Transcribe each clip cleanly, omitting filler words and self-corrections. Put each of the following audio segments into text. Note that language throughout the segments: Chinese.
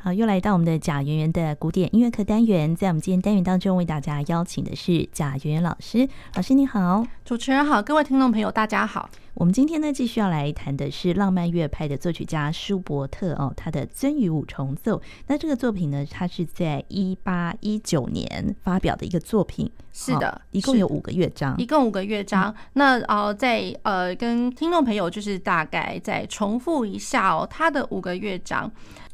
好，又来到我们的贾圆圆的古典音乐课单元，在我们今天单元当中为大家邀请的是贾圆圆老师。老师你好。 主持人好，各位听众朋友大家好。 我们今天呢继续要来谈的是浪漫乐派的作曲家舒伯特他的鳟鱼五重奏。那这个作品呢，它是在1819年发表的一个作品。 是的， 一共有5个乐章， 一共5个乐章。那在跟听众朋友就是大概再重复一下它的5个乐章。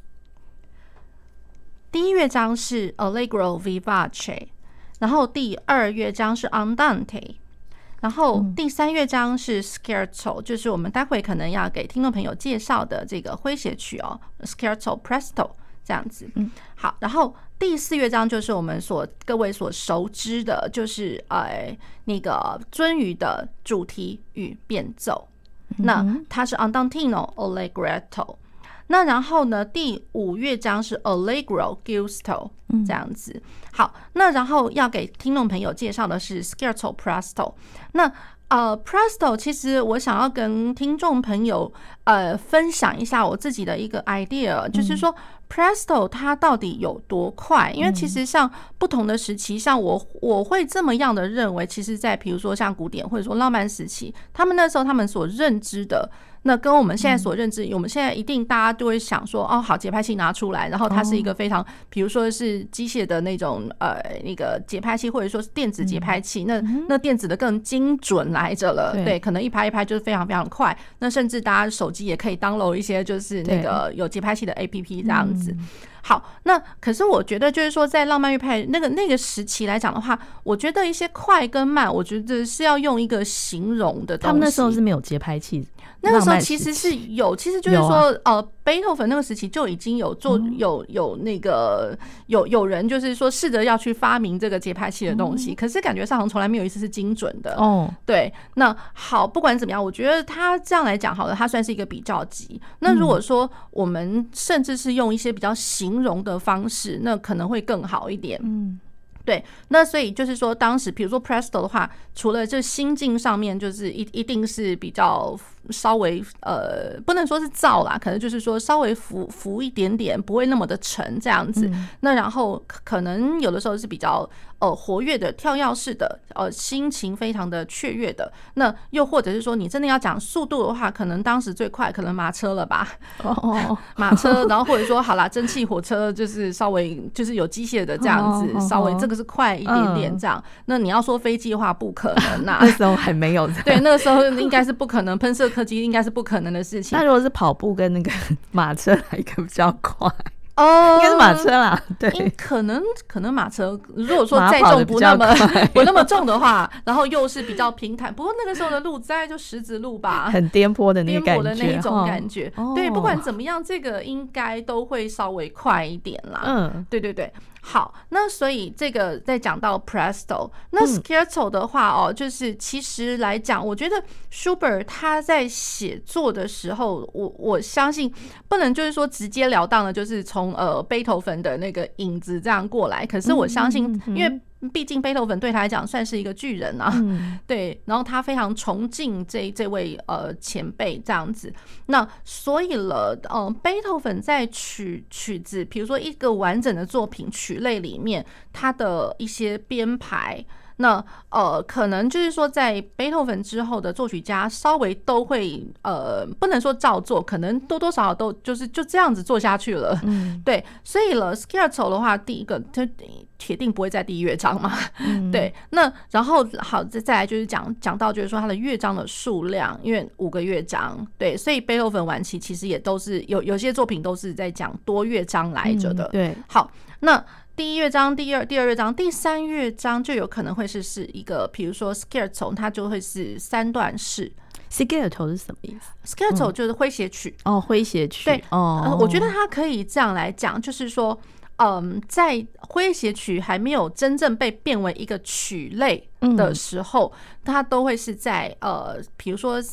第一乐章是 Allegro Vivace， 然后第2乐章是 Andante， 然后第3乐章是 Scherzo， 就是我们待会可能要给听众朋友介绍的这个诙谐曲Scherzo Presto 这样子。好，然后第4乐章就是我们各位所熟知的，就是那个鳟鱼的主题与变奏，那它是 Andantino Allegretto。那然后呢，第5乐章是 Allegro Gusto 这样子。好，那然后要给听众朋友介绍的是 Scherzo Presto。那Presto 其实我想要跟听众朋友分享一下我自己的一个 idea， 就是说 Presto 它到底有多快？因为其实像不同的时期，像我会这么样的认为，其实在比如说像古典或者说浪漫时期，他们那时候他们所认知的，那跟我们现在所认知，我们现在一定大家都会想说，好，节拍器拿出来，然后它是一个非常，比如说是机械的那种那个节拍器，或者说是电子节拍器，那电子的更精准来着了，对，可能一拍一拍就是非常非常快，那甚至大家手机也可以 download 一些就是那个有节拍器的 APP 这样子。好，那可是我觉得就是说，在浪漫乐派那个时期来讲的话，我觉得一些快跟慢，我觉得是要用一个形容的东西。 他们那时候是没有节拍器， 那个时候其实是有，其实就是说，贝多芬那个时期就已经有做有那个有人就是说试着要去发明这个节拍器的东西，可是感觉上好像从来没有一次是精准的。对。那好，不管怎么样，我觉得他这样来讲好了，他算是一个比较级。那如果说我们甚至是用一些比较形容的方式，那可能会更好一点。对，那所以就是说，当时比如说 Presto 的话，除了这心境上面，就是一定是比较稍微不能说是燥啦，可能就是说稍微浮一点点，不会那么的沉这样子。那然后可能有的时候是比较活跃的、跳跃式的，心情非常的雀跃的。那又或者是说，你真的要讲速度的话，可能当时最快可能马车了吧？马车，然后或者说好啦，蒸汽火车就是稍微就是有机械的这样子，稍微这个是快一点点这样。那你要说飞机的话，不可能啊， 那时候还没有。 对，那个时候应该是不可能，喷射客机应该是不可能的事情。 那如果是跑步跟那个马车，哪一个比较快？应该是马车啦，对， 可能马车，如果说载重不那么重的话，然后又是比较平坦，不过那个时候的路大概就石子路吧， 很颠簸的那个感觉， 颠簸的那一种感觉。对，不管怎么样，这个应该都会稍微快一点啦。对对对。好，那所以这个再讲到 Presto， 那 Scherzo 的话就是其实来讲，我觉得 Schubert 他在写作的时候，我相信不能就是说直截了当的，就是从贝多芬的那个影子这样过来。可是我相信，因为毕竟贝多芬对他来讲算是一个巨人啊，对，然后他非常崇敬这位前辈这样子。那所以了，贝多芬在曲子，比如说一个完整的作品曲类里面，他的一些编排。那可能就是说，在贝多芬之后的作曲家稍微都会不能说照做，可能多多少少都就这样子做下去了。对，所以了 Scherzo 的话，第一个它铁定不会在第1乐章嘛。对，那然后好，再来就是讲到就是说它的乐章的数量，因为5个乐章，对，所以贝多芬晚期其实也都是有些作品都是在讲多乐章来着的。 对， 好，那第1乐章、第二乐章、第3乐章就有可能会是一个，比如说 Scherzo， 它就会是3段式。 Scherzo 是什么意思 ？Scherzo 就是诙谐曲。 诙谐曲。 对，我觉得它可以这样来讲，就是说，在诙谐曲还没有真正被变为一个曲类的时候，它都会是在比如说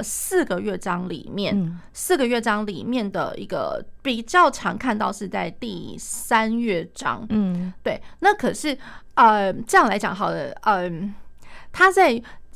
4个乐章里面，4个乐章里面的一个比较常看到是在第3乐章。对，那可是这样来讲好了，它在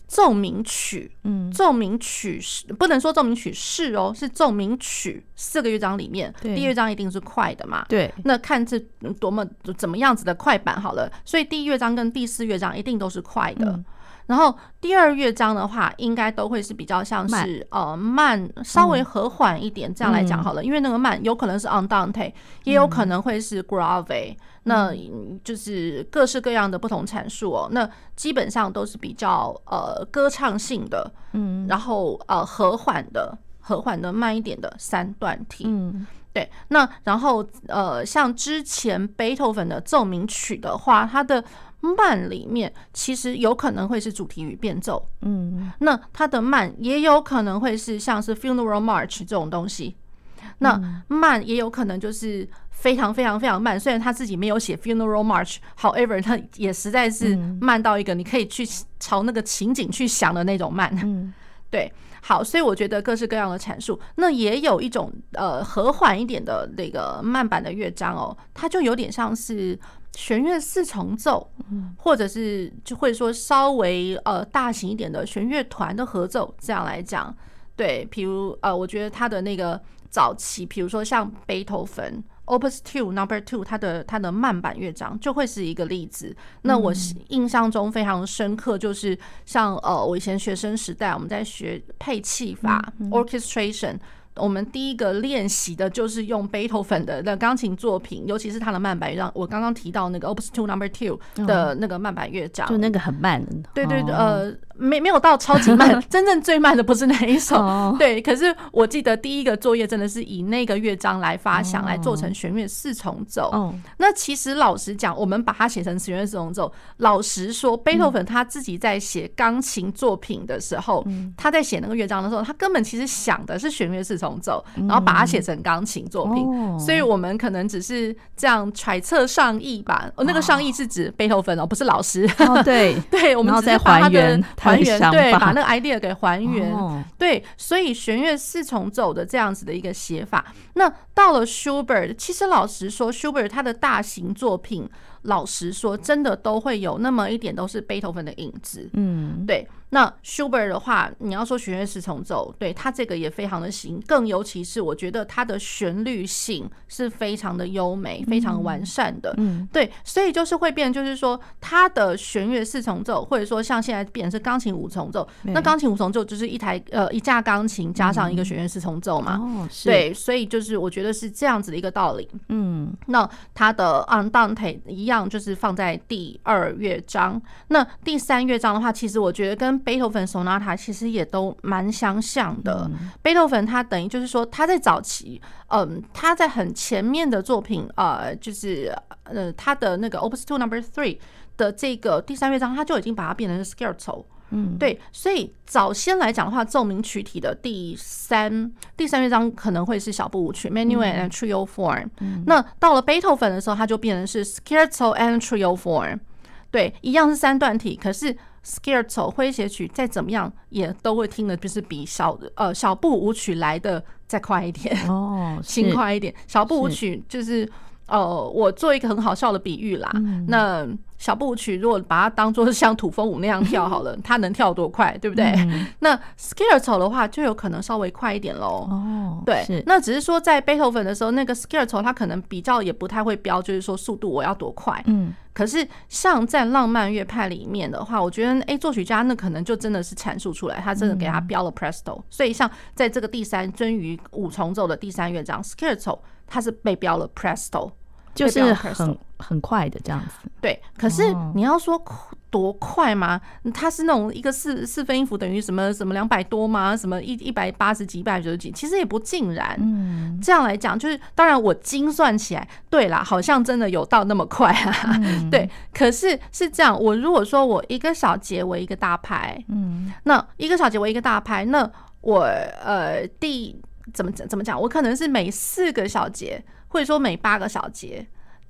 奏鸣曲，奏鸣曲不能说奏鸣曲是哦，是奏鸣曲4个乐章里面，第一乐章一定是快的嘛， 对， 那看是怎么样子的快板好了，所以第一乐章跟第4乐章一定都是快的。然后第2乐章的话，应该都会是比较像是慢，稍微和缓一点，这样来讲好了。因为那个慢有可能是 andante， 也有可能会是 grave，那就是各式各样的不同阐述哦。那基本上都是比较歌唱性的，然后和缓的慢一点的3段体。对，那然后像之前贝多芬的奏鸣曲的话，它的慢里面其实有可能会是主题与变奏，那它的慢也有可能会是像是 funeral march 这种东西，那慢也有可能就是非常非常非常慢，虽然他自己没有写 funeral march， however 他也实在是慢到一个你可以去朝那个情景去想的那种慢，对。好，所以我觉得各式各样的阐述，那也有一种和缓一点的那个慢板的乐章哦，它就有点像是弦乐4重奏，或者是就会说稍微大型一点的弦乐团的合奏，这样来讲，对，比如我觉得他的那个早期，比如说像贝多芬Opus 2 Number 2， 它的慢板乐章就会是一个例子。那我印象中非常深刻，就是像我以前学生时代，我们在学配器法 orchestration， 我们第一个练习的就是用贝多芬的钢琴作品，尤其是他的慢板乐章。我刚刚提到那个 Opus 2 Number 2的那个慢板乐章， 就那个很慢的， 对对对，没有到超级慢，真正最慢的不是那一首，对。可是我记得第一个作业真的是以那个乐章来发想，来做成弦乐4重奏。那其实老实讲，我们把它写成弦乐4重奏，老实说，贝多芬他自己在写钢琴作品的时候，他在写那个乐章的时候，他根本其实想的是弦乐4重奏，然后把它写成钢琴作品。所以我们可能只是这样揣测上意吧。那个上意是指贝多芬不是老师。 对对，我们只是把他的对，把那个 idea 给还原。对，所以弦乐4重奏的这样子的一个写法。那到了 Schubert， 其实老实说 ，Schubert 他的大型作品，老实说，真的都会有那么一点都是贝多芬的影子。对。那 Schubert 的话，你要说弦乐4重奏，对，他这个也非常的行，更尤其是我觉得他的旋律性是非常的优美，非常完善的。对，所以就是会变，就是说他的弦乐4重奏，或者说像现在变成是钢琴5重奏，那钢琴5重奏就是一架钢琴加上一个弦乐4重奏嘛。对，所以就是我觉得是这样子的一个道理。那他的 Andante 一样，就是放在第2乐章。那第3乐章的话，其实我觉得跟贝多芬 Sonata 其实也都蛮相像的。贝多芬他等于就是说他在早期，他在很前面的作品，就是他的那个 Opus 2 Number 3的这个第3乐章，他就已经把它变成是 Scherzo。对，所以早先来讲的话，奏鸣曲体的第三乐章可能会是小步舞曲 Menuet and Trio Form。那到了贝多芬的时候，它就变成是 Scherzo and Trio Form。对，一样是3段体，可是Scherzo 诙谐曲再怎么样也都会听的，就是比小步舞曲来的再快一点轻快一点。小步舞曲就是我做一个很好笑的比喻啦。那小步舞曲如果把它当作是像土风舞那样跳好了，它能跳多快，对不对？那 Scherzo 的话就有可能稍微快一点咯。对，那只是说在贝多芬的时候，那个 Scherzo 它可能比较也不太会标，就是说速度我要多快。可是像在浪漫乐派里面的话，我觉得作曲家那可能就真的是阐述出来，他真的给他标了 Presto。所以像在这个第3鳟鱼5重奏的第3乐章 Scherzo， 它是被标了 Presto， 就是很快的这样子。 对，可是你要说多快吗？它是那种一个四分音符等于什么200多吗？什么180几、190几？其实也不尽然。这样来讲，就是当然我精算起来，对啦，好像真的有到那么快啊。对，可是是这样，我如果说我一个小节为一个大拍，那一个小节为一个大拍，那我怎么讲？我可能是每4个小节，或者说每8个小节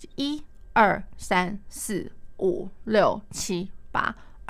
，1、2、3、4、5、6、7、8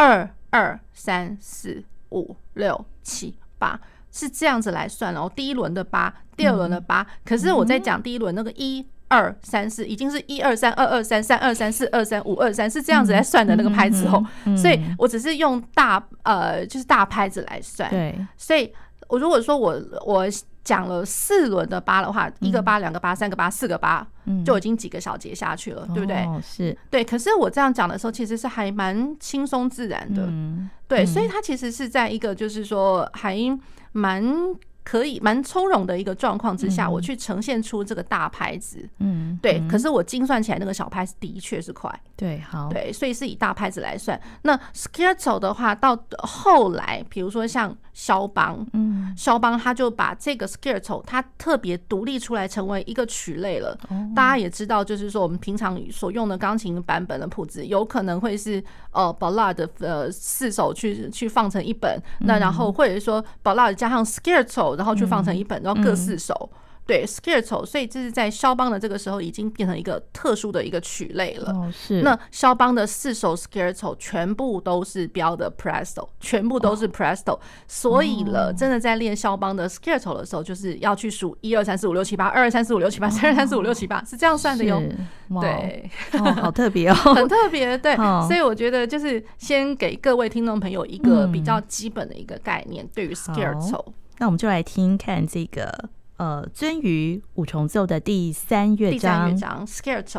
2、2、3、4、5、6、7、8是这样子来算哦。第一轮的8，第二轮的8。可是我在讲第一轮那个1、 2、3、4，已经是1、2、3、2、2、3、3、2、3、4、2、3、5、2、3是这样子在算的那个拍子哦。所以我只是用就是大拍子来算。 对， 所以我如果说我讲了4轮的8的话，1个8、2个8、3个8、4个8，就已经几个小节下去了，对不对？ 是， 对。可是我这样讲的时候，其实是还蛮轻松自然的，对。所以它其实是在一个就是说还蛮从容的一个状况之下，我去呈现出这个大拍子，对。可是我精算起来那个小拍子的确是快， 对，好， 对，所以是以大拍子来算。那 scherzo 的话，到后来，比如说像肖邦，肖邦他就把这个 scherzo 他特别独立出来，成为一个曲类了。大家也知道，就是说我们平常所用的钢琴版本的谱子，有可能会是ballad 的4首去放成一本，那然后或者说 ballad 加上 scherzo，然后去放成一本，然后各4首。对 scherzo， 所以这是在肖邦的这个时候已经变成一个特殊的一个曲类了。 是。 那肖邦的4首 scherzo 全部都是标的 presto， 全部都是 presto。所以了，真的在练肖邦的 scherzo 的时候，就是要去数1、2、3、4、5、6、7、8，1、2、3、4、5、6、7、8，3、2、3、4、5、6、7、8，是这样算的哟。对， 好特别哦， 很特别。对，所以我觉得就是先给各位听众朋友一个比较基本的一个概念，对于 scherzo。 那我们就来听看这个鳟鱼五重奏的第3乐章 Scherzo。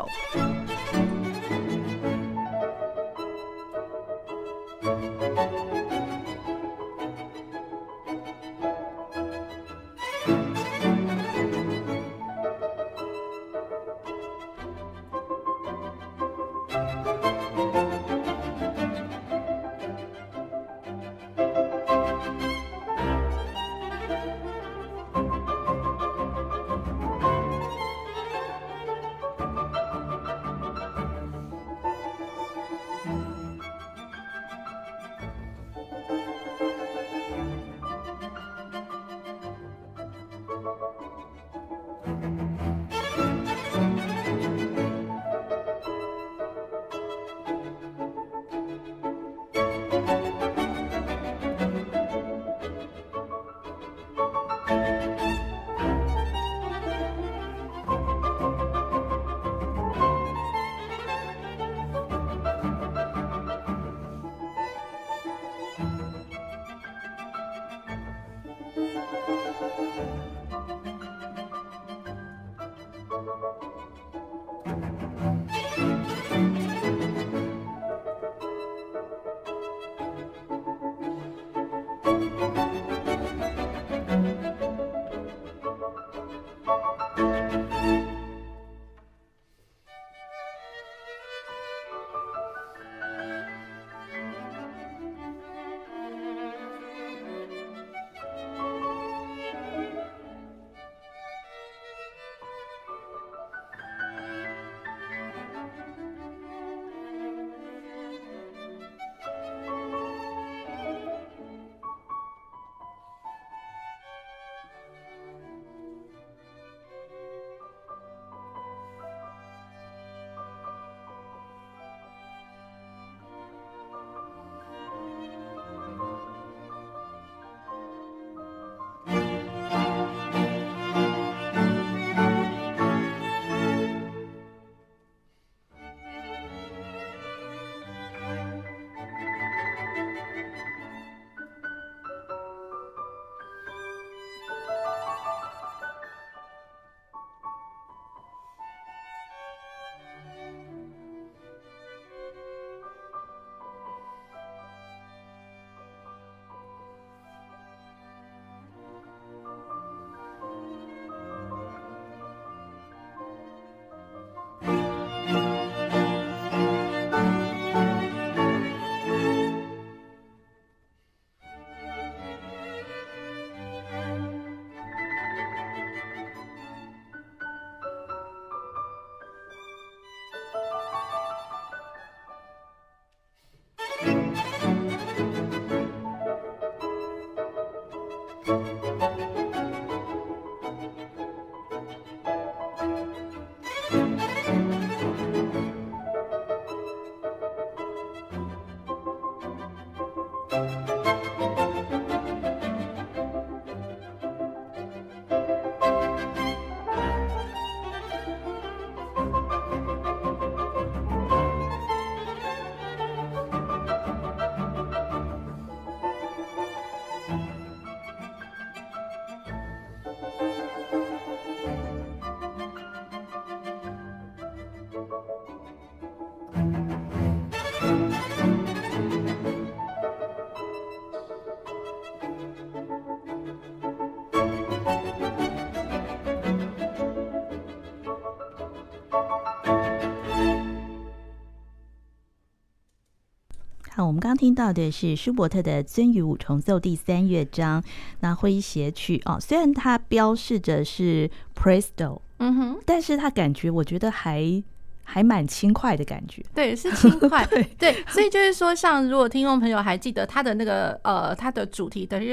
好，我们刚刚听到的是舒伯特的鳟鱼五重奏第3乐章，那诙谐曲哦，虽然它标示着是 Presto， 但是它感觉我觉得还蛮轻快的感觉。 对，是轻快。对，所以就是说，像如果听众朋友还记得他的那个他的主题的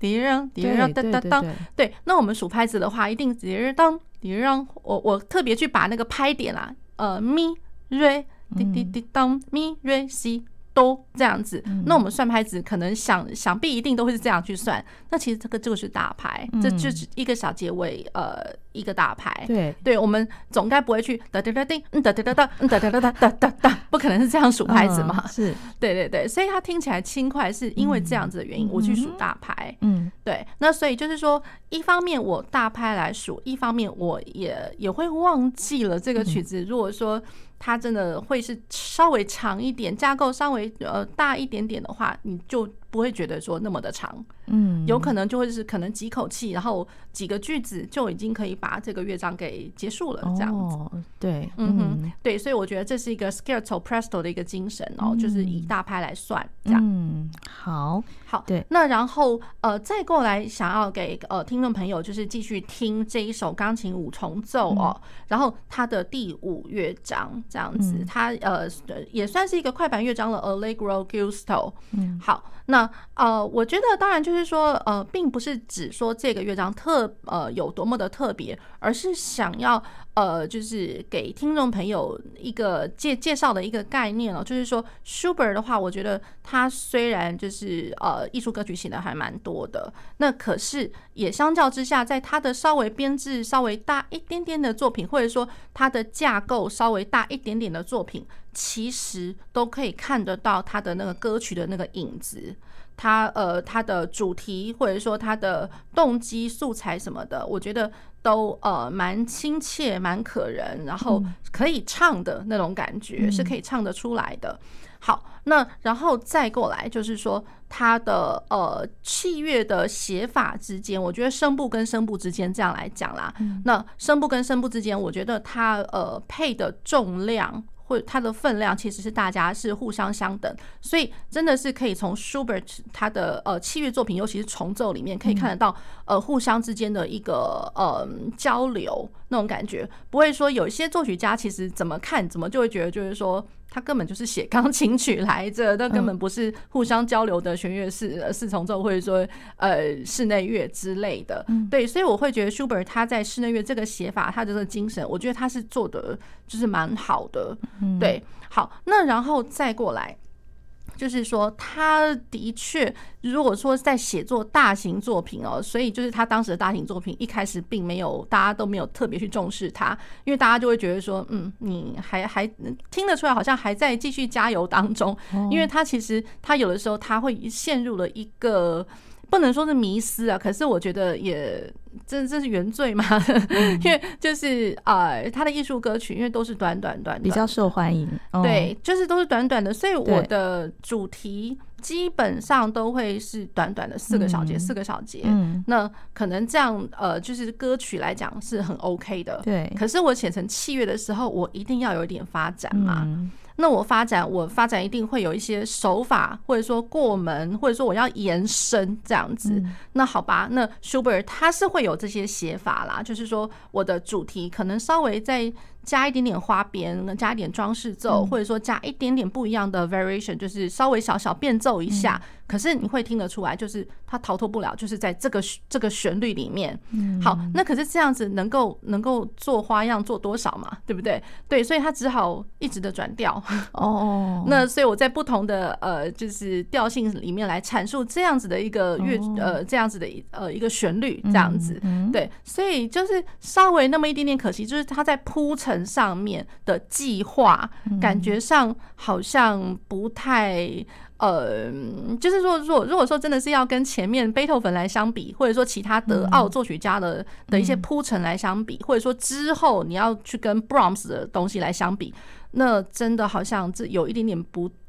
对，那我们数拍子的话，一定我特别去把那个拍点啦，咪瑞滴滴滴当咪瑞西都这样子，那我们算拍子可能想必一定都会是这样去算。那其实这个就是大拍，这就是一个小结尾，一个大拍。对，我们总该不会去哒哒哒叮哒哒哒哒哒哒哒哒哒哒，不可能是这样数拍子嘛？是，对，所以它听起来轻快，是因为这样子的原因，我去数大拍。对，那所以就是说，一方面我大拍来数，一方面我也会忘记了这个曲子。如果说它真的会是稍微长一点，架构稍微大一点点的话，你就不会觉得说那么的长。有可能就会是可能几口气，然后几个句子就已经可以把这个乐章给结束了，这样子。 对， 对，所以我觉得这是一个 scherzo presto 的一个精神哦，就是以大拍来算，这样。 好， 对。那然后再过来想要给听众朋友就是继续听这一首钢琴五重奏哦，然后它的第5乐章这样子，它也算是一个快板乐章了 ，Allegro Gusto。好，那我觉得当然就是说并不是只说这个乐章有多么的特别，而是想要就是给听众朋友一个介绍的一个概念哦，就是说 Schubert 的话，我觉得他虽然就是艺术歌曲写的还蛮多的，那可是也相较之下，在他的稍微编制稍微大一点点的作品，或者说他的架构稍微大一点点的作品，其实都可以看得到他的那个歌曲的那个影子。他的主题或者说他的动机素材什么的，我觉得都蛮亲切蛮可人，然后可以唱的那种感觉，是可以唱得出来的。好，那然后再过来就是说它的器乐的写法之间，我觉得声部跟声部之间这样来讲啦，那声部跟声部之间，我觉得它配的重量或它的分量其实是大家是互相相等，所以真的是可以从 Schubert 他的器乐作品，尤其是重奏里面可以看得到互相之间的一个交流那种感觉，不会说有一些作曲家其实怎么看怎么就会觉得就是说他根本就是写钢琴曲来着，那根本不是互相交流的弦乐四重奏或者说室内乐之类的。对，所以我会觉得 Schubert 他在室内乐这个写法，他的这个精神，我觉得他是做的就是蛮好的。对，好，那然后再过来。就是说，他的确，如果说在写作大型作品哦，所以就是他当时的大型作品一开始并没有，大家都没有特别去重视他，因为大家就会觉得说，你还听得出来，好像还在继续加油当中，因为他其实他有的时候他会陷入了一个。不能说是迷思啊，可是我觉得也这是原罪嘛，因为就是他的艺术歌曲因为都是短比较受欢迎， 对，就是都是短短的，所以我的主题基本上都会是短短的4个小节，4个小节。那可能这样就是歌曲来讲是很 OK 的，对。可是我写成器乐的时候，我一定要有一点发展嘛。那我发展一定会有一些手法，或者说过门，或者说我要延伸这样子。那好吧，那 Schubert 他是会有这些写法啦，就是说我的主题可能稍微再加一点点花边，加一点装饰奏，或者说加一点点不一样的 variation， 就是稍微小小变奏一下。可是你会听得出来，就是它逃脱不了，就是在这个旋律里面。好，那可是这样子能够做花样做多少嘛？对不对？对，所以他只好一直的转调。那所以我在不同的就是调性里面来阐述这样子的一个这样子的一个旋律，这样子。对，所以就是稍微那么一点点可惜，就是他在铺陈上面的计划，感觉上好像不太。就是说，如果说真的是要跟前面贝多芬来相比，或者说其他德奥作曲家的一些铺陈来相比，或者说之后你要去跟 Brahms 的东西来相比，那真的好像这有一点点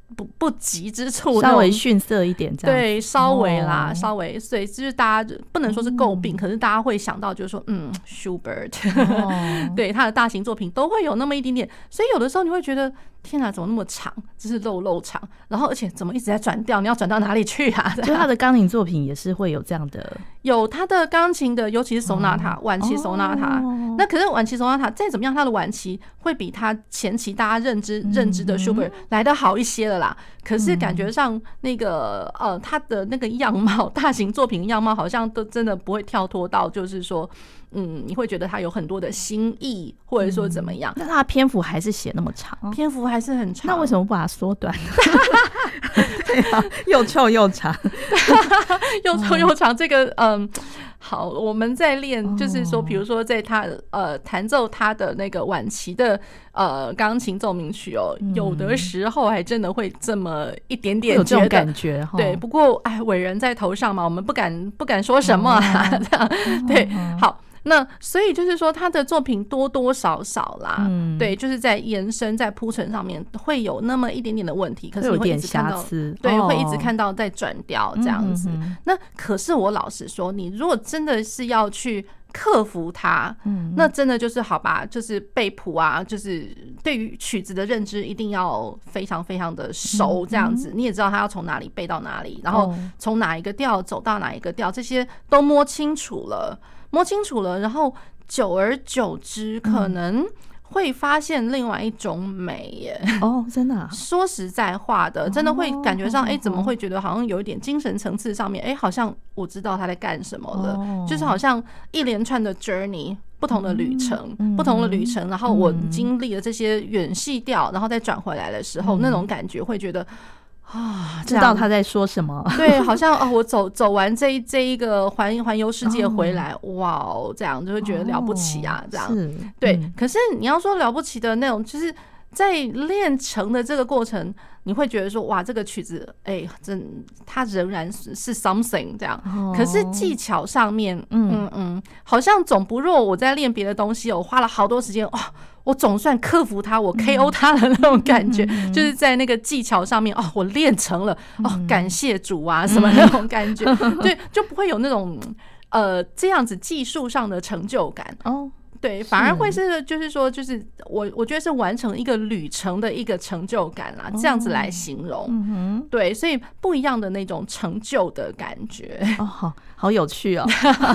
不及之处， 稍微逊色一点这样。 对，稍微啦，稍微，所以就是大家不能说是诟病，可是大家会想到就是说，Schubert，对，他的大型作品都会有那么一点点，所以有的时候你会觉得天哪，怎么那么长，就是漏长，然后而且怎么一直在转调，你要转到哪里去啊？ 就他的钢琴作品也是会有这样的， 有他的钢琴的，尤其是sonata，晚期sonata，那可是晚期sonata再怎么样，他的晚期会比他前期大家认知的 Schubert 来得好一些了啦。可是感觉上那个他的那个样貌，大型作品样貌好像都真的不会跳脱到，就是说，你会觉得他有很多的新意，或者说怎么样？ 那他的篇幅还是写那么长， 篇幅还是很长。 那为什么不把它缩短？对啊，又臭又长， 又臭又长。这个好，我们在练，就是说，比如说在他弹奏他的那个晚期的钢琴奏鸣曲有的时候还真的会这么一点点有这种感觉。 对，不过伟人在头上嘛，我们不敢说什么啊，这样对，好。那所以就是说，他的作品多多少少啦，对，就是在延伸、在铺陈上面会有那么一点点的问题，可是你会一直看到，对，会一直看到在转调这样子。那可是我老实说，你如果真的是要去克服它，那真的就是好吧，就是背谱啊，就是对于曲子的认知一定要非常非常的熟，这样子，你也知道他要从哪里背到哪里，然后从哪一个调走到哪一个调，这些都摸清楚了，然后久而久之，可能会发现另外一种美耶。 真的说实在话的，真的会感觉上，怎么会觉得好像有一点精神层次上面，好像我知道他在干什么了，就是好像一连串的 journey。不同的旅程，然后我经历了这些远细调，然后再转回来的时候，那种感觉会觉得知道他在说什么。 对，好像我走完这一个环游世界回来，哇，这样就会觉得了不起啊，这样对。可是你要说了不起的那种，就是在练成的这个过程，你会觉得说，哇，这个曲子，它仍然是 something 这样。可是技巧上面，好像总不若我在练别的东西，我花了好多时间，我总算克服它，我 KO 它的那种感觉，就是在那个技巧上面，我练成了，感谢主啊，什么那种感觉，对，就不会有那种这样子技术上的成就感。对，反而会是就是说，就是我觉得是完成一个旅程的一个成就感啦，这样子来形容。对，所以不一样的那种成就的感觉。 好有趣哦。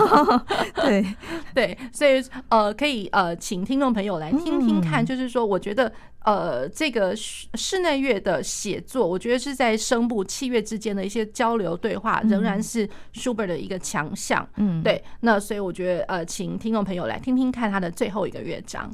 对，所以可以请听众朋友来听听看，就是说，我觉得这个室内乐的写作，我觉得是在声部器乐之间的一些交流对话，仍然是 Schubert 的一个强项。对，那所以我觉得请听众朋友来听听看他的最后一个乐章。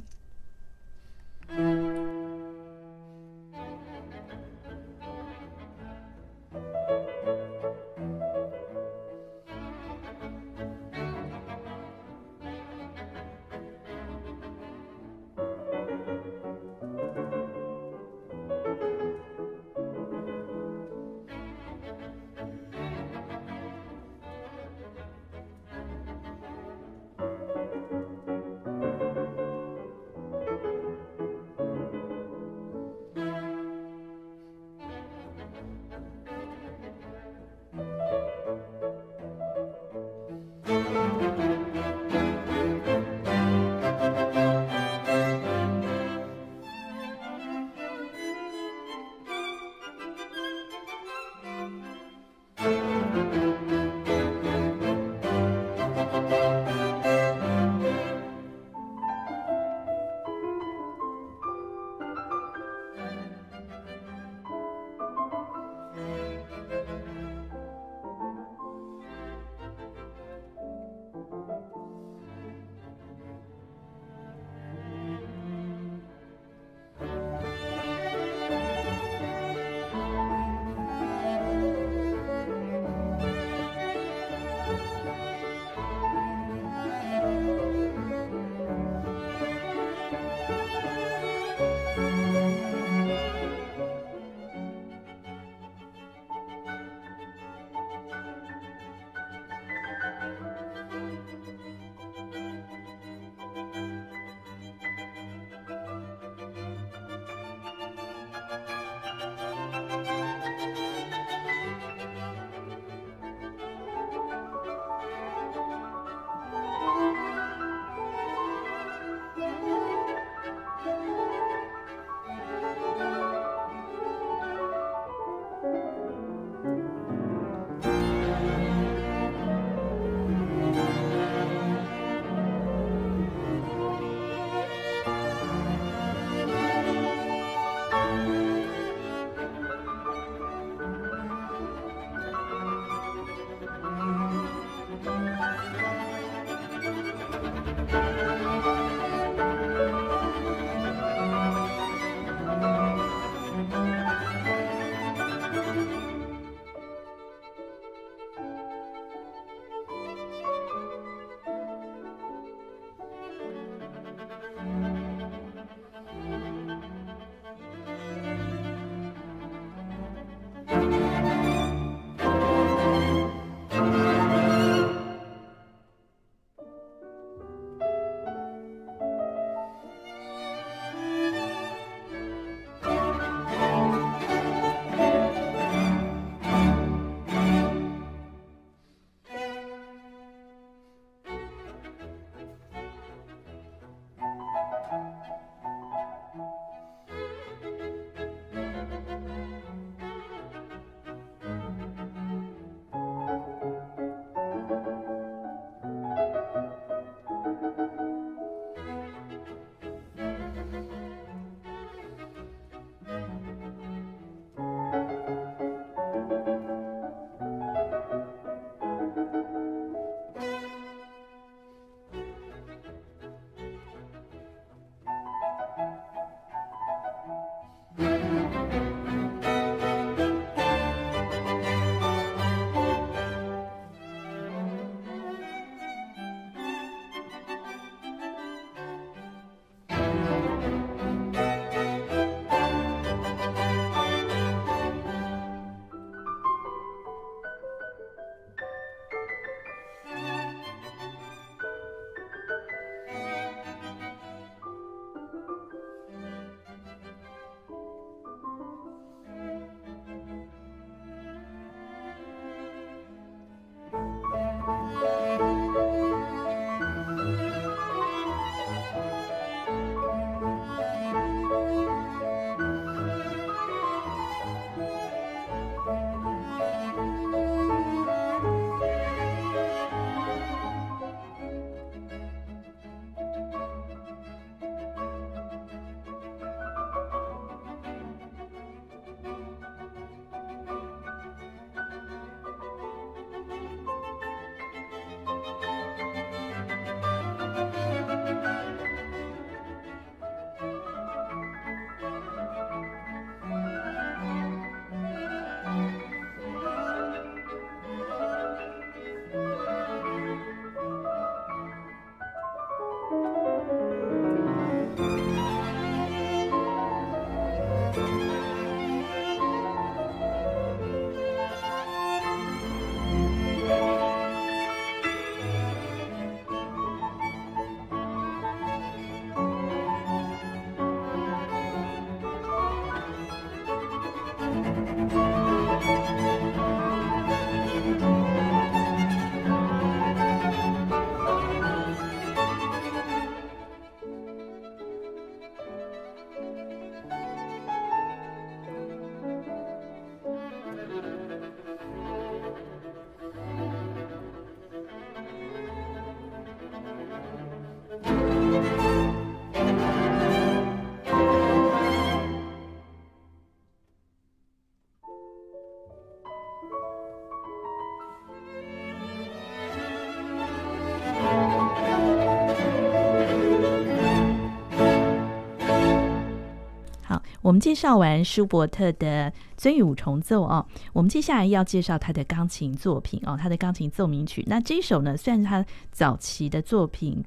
好，我们介绍完舒伯特的鳟鱼五重奏哦，我们接下来要介绍他的钢琴作品哦，他的钢琴奏鸣曲。那这一首呢，算是他早期的作品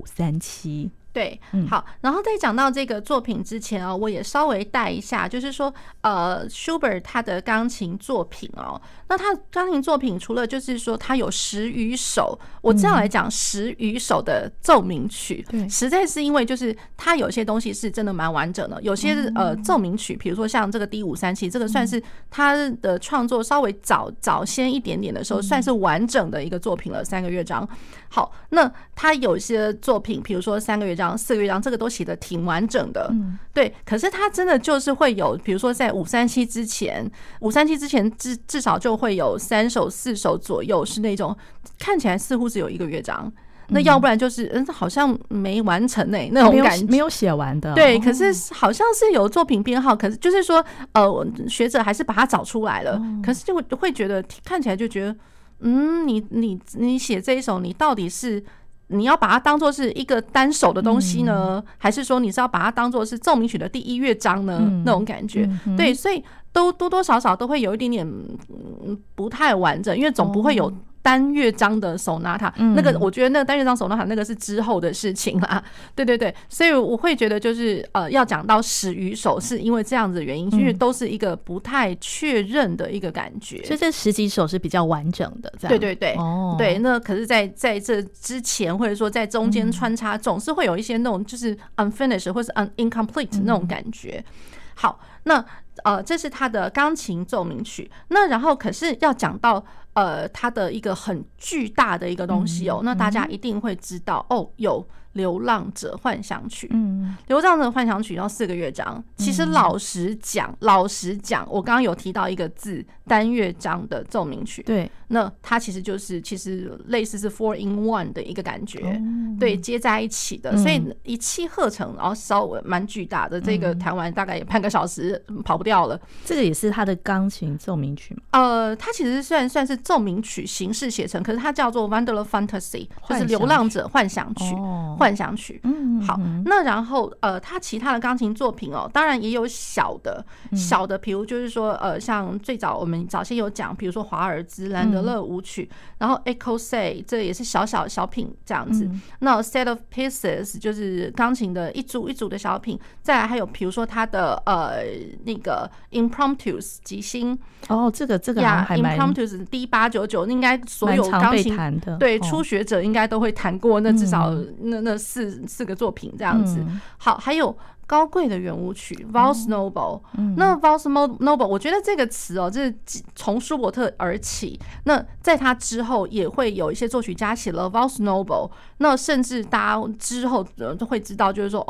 D537。 对，好，然后在讲到这个作品之前哦，我也稍微带一下，就是说，Schubert 他的钢琴作品哦，那他钢琴作品除了就是说他有10余首，我这样来讲10余首的奏鸣曲，实在是因为就是他有些东西是真的蛮完整的，有些奏鸣曲，比如说像这个 D537，这个算是他的创作稍微早先一点点的时候，算是完整的一个作品了，3个乐章。好，那他有些作品，比如说3个乐章、4个乐章，这个都写的挺完整的，对。可是他真的就是会有，比如说在537之前至少就会有3首、4首左右是那种看起来似乎只有1个乐章，那要不然就是好像没完成那种感觉， 没有写完的。 对，可是好像是有作品编号，可是就是说学者还是把它找出来了，可是就会觉得看起来就觉得。你写这一首，你到底是你要把它当作是一个单首的东西呢，还是说你是要把它当作是奏鸣曲的第1乐章呢？那种感觉，对，所以都多多少少都会有一点点不太完整，因为总不会有单乐章的sonata，那个我觉得那个单乐章sonata那个是之后的事情啦，对对对，所以我会觉得就是要讲到10余首是因为这样子的原因，因为都是一个不太确认的一个感觉， 所以这10几首是比较完整的，这样。 对对对，对，那可是在这之前或者说在中间穿插，总是会有一些那种就是 unfinished 或是 incomplete 那种感觉。好，那这是他的钢琴奏鸣曲。那然后可是要讲到他的一个很巨大的一个东西哦，那大家一定会知道哦，有流浪者幻想曲。流浪者幻想曲要4个乐章。其实老实讲，我刚刚有提到一个字，单乐章的奏鸣曲。对，那它其实类似是 4 in 1的一个感觉，对，接在一起的，所以一气呵成，然后稍微蛮巨大的。这个弹完大概也半个小时跑不掉了。 这个也是他的钢琴奏鸣曲吗？ 它其实算是奏鸣曲形式写成，可是它叫做 Wanderer Fantasy， 就是流浪者幻想曲。幻想曲。好，那然后他其他的钢琴作品哦，当然也有小的，比如就是说像最早我们早先有讲，比如说华尔兹、兰德勒舞曲，然后 Echo Say 这也是小品这样子。那 Set of Pieces 就是钢琴的一组一组的小品，再来还有比如说他的那个 Impromptus 即兴。这个还蛮 Impromptus D899， 应该所有钢琴对初学者应该都会弹过，那至少那四个作品这样子。好，还有高贵的圆舞曲 Valse Noble。那 Valse Noble 我觉得这个词哦，这是从舒伯特而起，那在他之后也会有一些作曲家写了 Valse Noble， 那甚至大家之后都会知道，就是说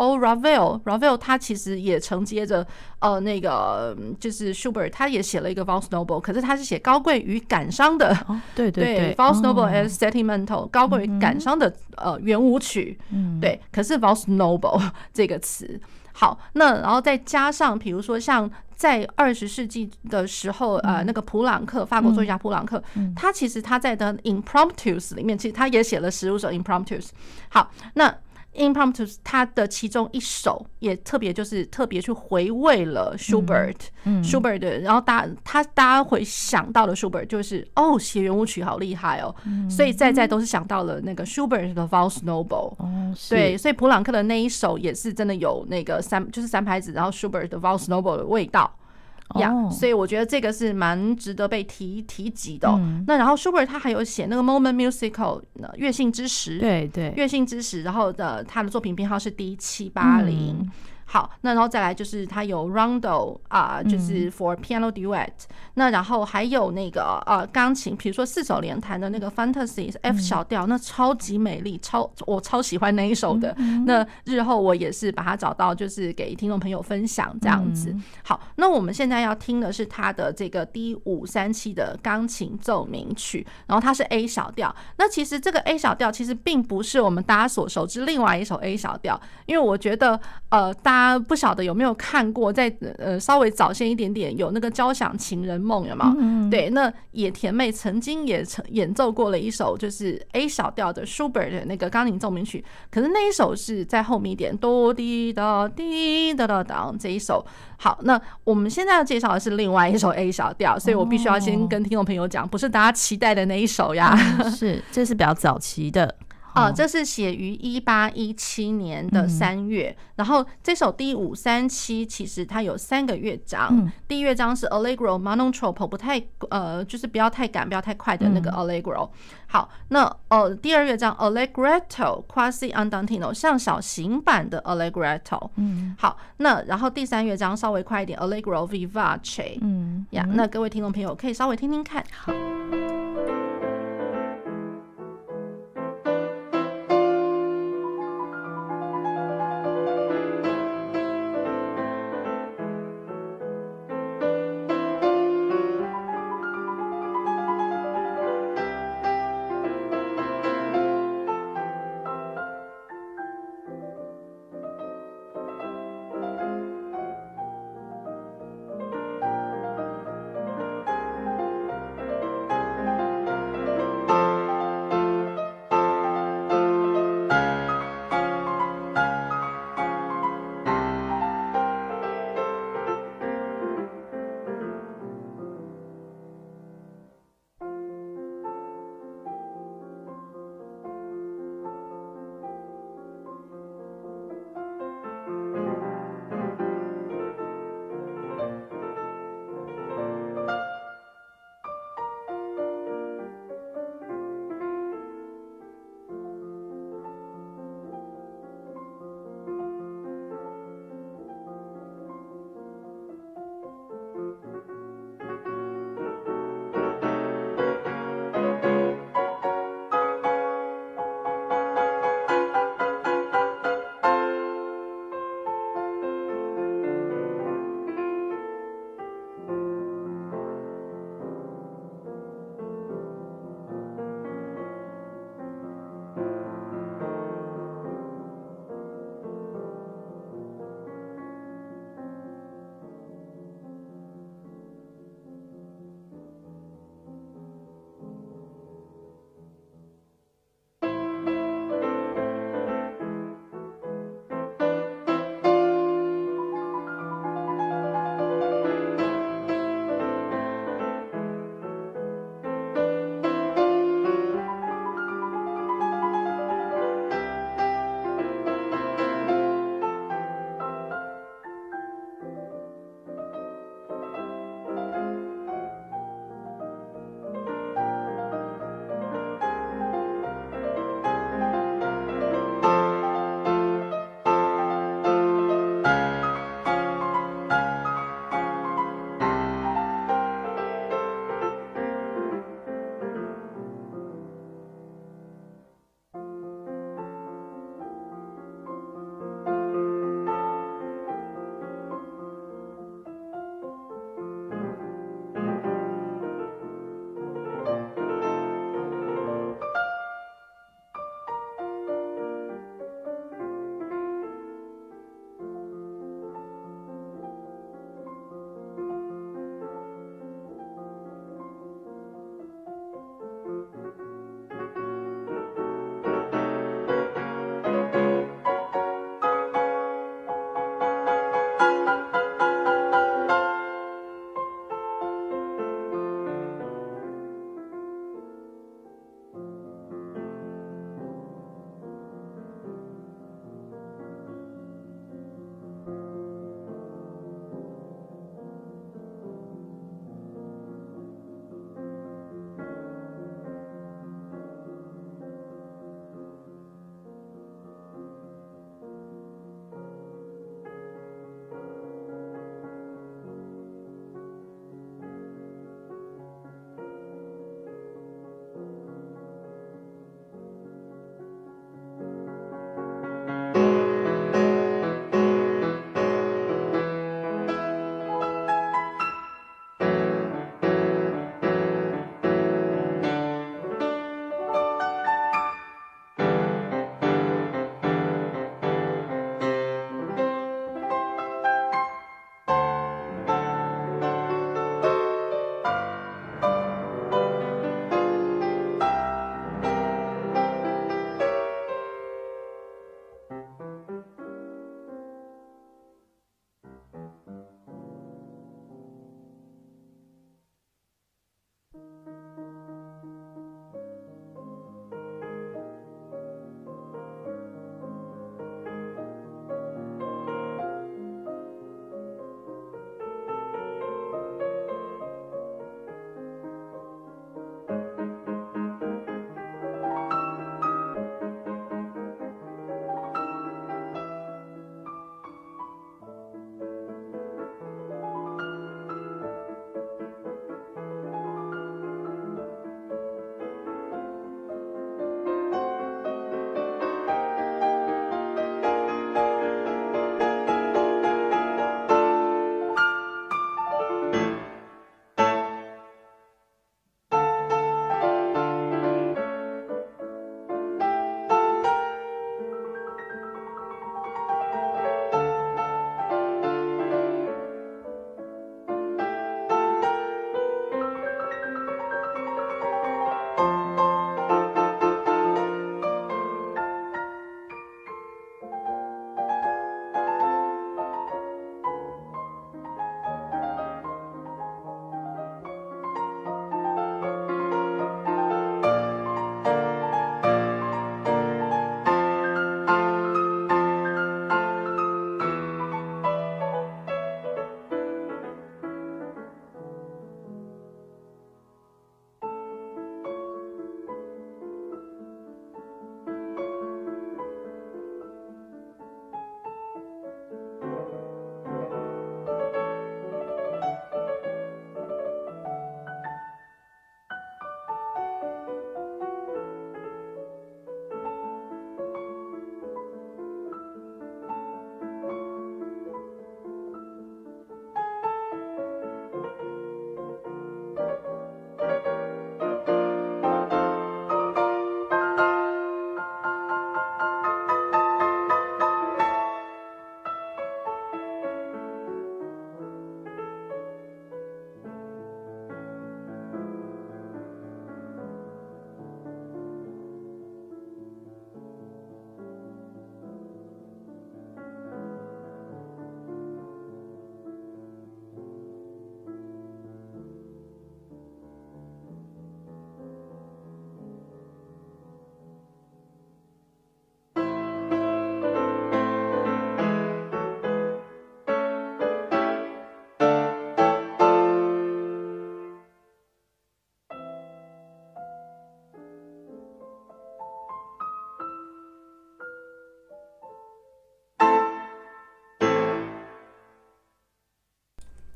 Ravel 他其实也承接着那个就是 Schubert 他也写了一个 Valse Noble， 可是他是写高贵与感伤的。对 Valse Noble as Sentimental， 高贵与感伤的圆舞曲。对，可是 Valse Noble 这个词。好，那然后再加上比如说像在20世纪的时候那个普朗克，法国作曲家普朗克，他其实他在的 Impromptus 里面其实他也写了15首 Impromptus。 好，那Impromptus 它的其中一首也特别去回味了 Schubert 的，然后大家会想到的 Schubert 就是写圆舞曲好厉害哦，所以在都是想到了那个 Schubert 的 Valse Noble。对，所以普朗克的那一首也是真的有那个三拍子，然后 Schubert 的 Valse Noble 的味道。所以我觉得这个是蛮值得被提及的。那然后 Schubert 他还有写那个 Moment Musical 乐信之时，对，乐信之时，然后他的作品编号是 D780。好，那然后再来就是他有 Rondo 就是 for piano duet。那然后还有那个钢琴，比如说4手联弹的那个 Fantasy F 小调，那超级美丽，我超喜欢那一首的。那日后我也是把它找到，就是给听众朋友分享这样子。好，那我们现在要听的是他的这个 D537的钢琴奏鸣曲，然后它是 A 小调。那其实这个 A 小调其实并不是我们大家所熟知另外一首 A 小调，因为我觉得大家家不晓得有没有看过，在稍微早些一点点有那个交响情人梦，有没有？对，那野田妹曾经也演奏过了一首就是 A 小调的 Schubert 的那个钢琴奏鸣曲，可是那一首是在后面一点，哆滴哒滴哒哒哒这一首。好，那我们现在要介绍的是另外一首 A 小调，所以我必须要先跟听众朋友讲，不是大家期待的那一首呀。 是，这是比较早期的。 这是写于1817年的3月，然后这首第537其实它有3个乐章，第一乐章是 Allegro Monotropo， 不太就是不要太赶不要太快的那个 Allegro。好，那第二乐章 Allegretto quasi andantino， 像小型版的 Allegretto。好，那然后第3乐章稍微快一点 Allegro vivace。那各位听众朋友可以稍微听听看。好。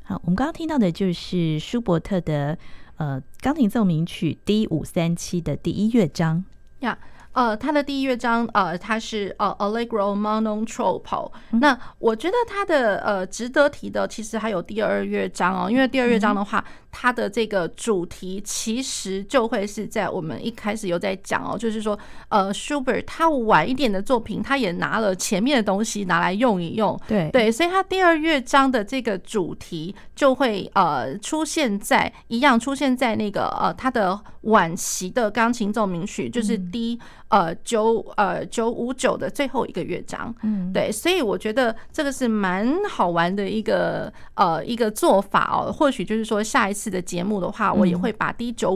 好，我们刚刚听到的就是舒伯特的钢琴奏鸣曲 D537 的第1乐章呀。它的第1乐章，它是Allegro mono troppo。那我觉得它的值得提的，其实还有第2乐章哦，因为第2乐章的话，它的这个主题其实就会是在我们一开始有在讲哦，就是说Schubert 他晚一点的作品，他也拿了前面的东西拿来用一用，对，所以他第2乐章的这个主题就会出现在那个他的晚期的钢琴奏鸣曲，就是959的最后一个乐章，对，所以我觉得这个是蛮好玩的一个做法哦。或许就是说下一次的节目的话，我也会把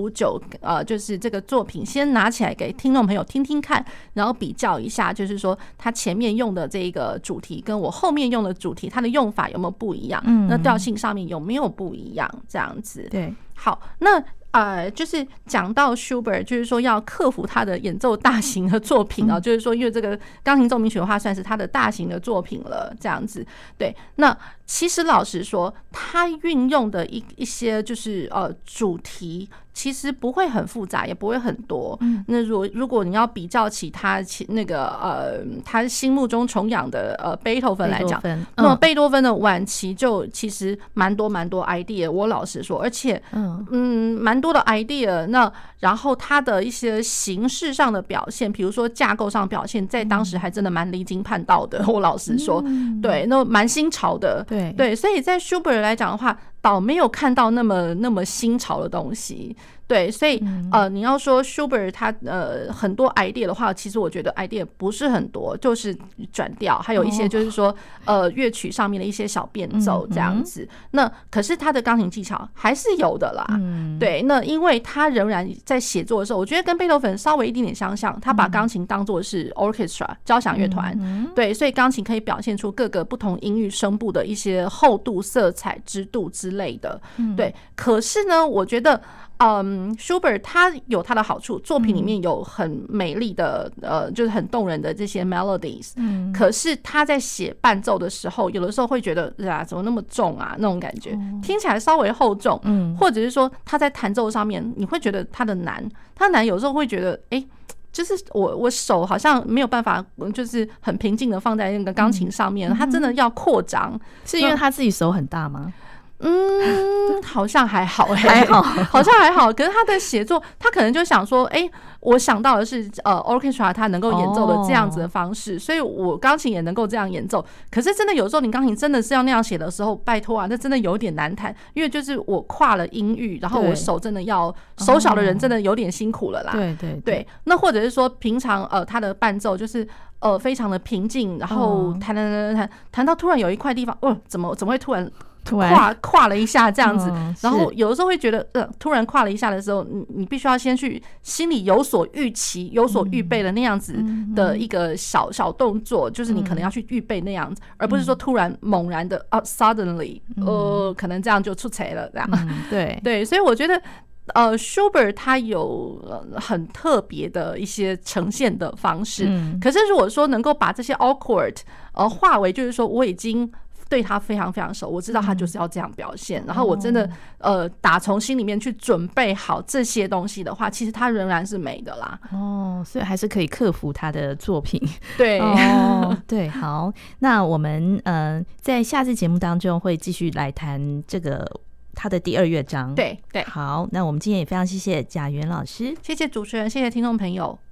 D959就是这个作品先拿起来给听众朋友听听看，然后比较一下，就是说他前面用的这个主题跟我后面用的主题，它的用法有没有不一样？那调性上面有没有不一样？这样子， 对， 好，那。就是讲到 Schubert， 就是说要克服他的演奏大型的作品啊，就是说因为这个钢琴奏鸣曲的话，算是他的大型的作品了，这样子。对，那其实老实说，他运用的一些就是主题，其实不会很复杂，也不会很多。那如果你要比较起他那个他心目中崇仰的贝多芬来讲，那么贝多芬的晚期就其实蛮多 idea， 我老实说，而且蛮多的 idea。那然后他的一些形式上的表现，比如说架构上表现，在当时还真的蛮离经叛道的。我老实说，对，那蛮新潮的。对，所以在 Schubert 来讲的话，倒没有看到那么新潮的东西。对，所以你要说 Schubert 他很多 idea 的话，其实我觉得 idea 不是很多，就是转调，还有一些就是说乐曲上面的一些小变奏这样子。那可是他的钢琴技巧还是有的啦。对，那因为他仍然在写作的时候，我觉得跟贝多芬稍微一点点相像，他把钢琴当作是 orchestra 交响乐团。对，所以钢琴可以表现出各个不同音域声部的一些厚度、色彩、支度之类的。对，可是呢，我觉得Schubert 他有他的好处，作品里面有很美丽的就是很动人的这些 melodies。可是他在写伴奏的时候，有的时候会觉得怎么那么重啊，那种感觉，听起来稍微厚重。或者是说他在弹奏上面，你会觉得他的难，有时候会觉得就是我手好像没有办法，就是很平静的放在那个钢琴上面，他真的要扩张。 是因为他自己手很大吗？ 好像还好，好像还好。可是他的写作，他可能就想说，我想到的是orchestra 他能够演奏的这样子的方式，所以我钢琴也能够这样演奏。可是真的有时候你钢琴真的是要那样写的时候，拜托啊，那真的有点难弹，因为就是我跨了音域，然后我手真的要手小的人真的有点辛苦了啦。对，那或者是说平常他的伴奏就是非常的平静，然后弹到突然有一块地方，怎么会突然跨了一下这样子，然后有的时候会觉得突然跨了一下的时候，你必须要先去心里有所预期、有所预备的那样子的一个小动作，就是你可能要去预备那样子，而不是说突然猛然的suddenly 可能这样就出彩了这样。对，所以我觉得Schubert 他有很特别的一些呈现的方式。可是如果说能够把这些 awkward 化为就是说我已经对他非常非常熟，我知道他就是要这样表现，然后我真的打从心里面去准备好这些东西的话，其实他仍然是美的啦。 所以还是可以克服他的作品。 对， 对，好，那我们在下次节目当中会继续来谈这个他的第2乐章。 对， 好，那我们今天也非常谢谢贾元老师， 谢谢主持人，谢谢听众朋友。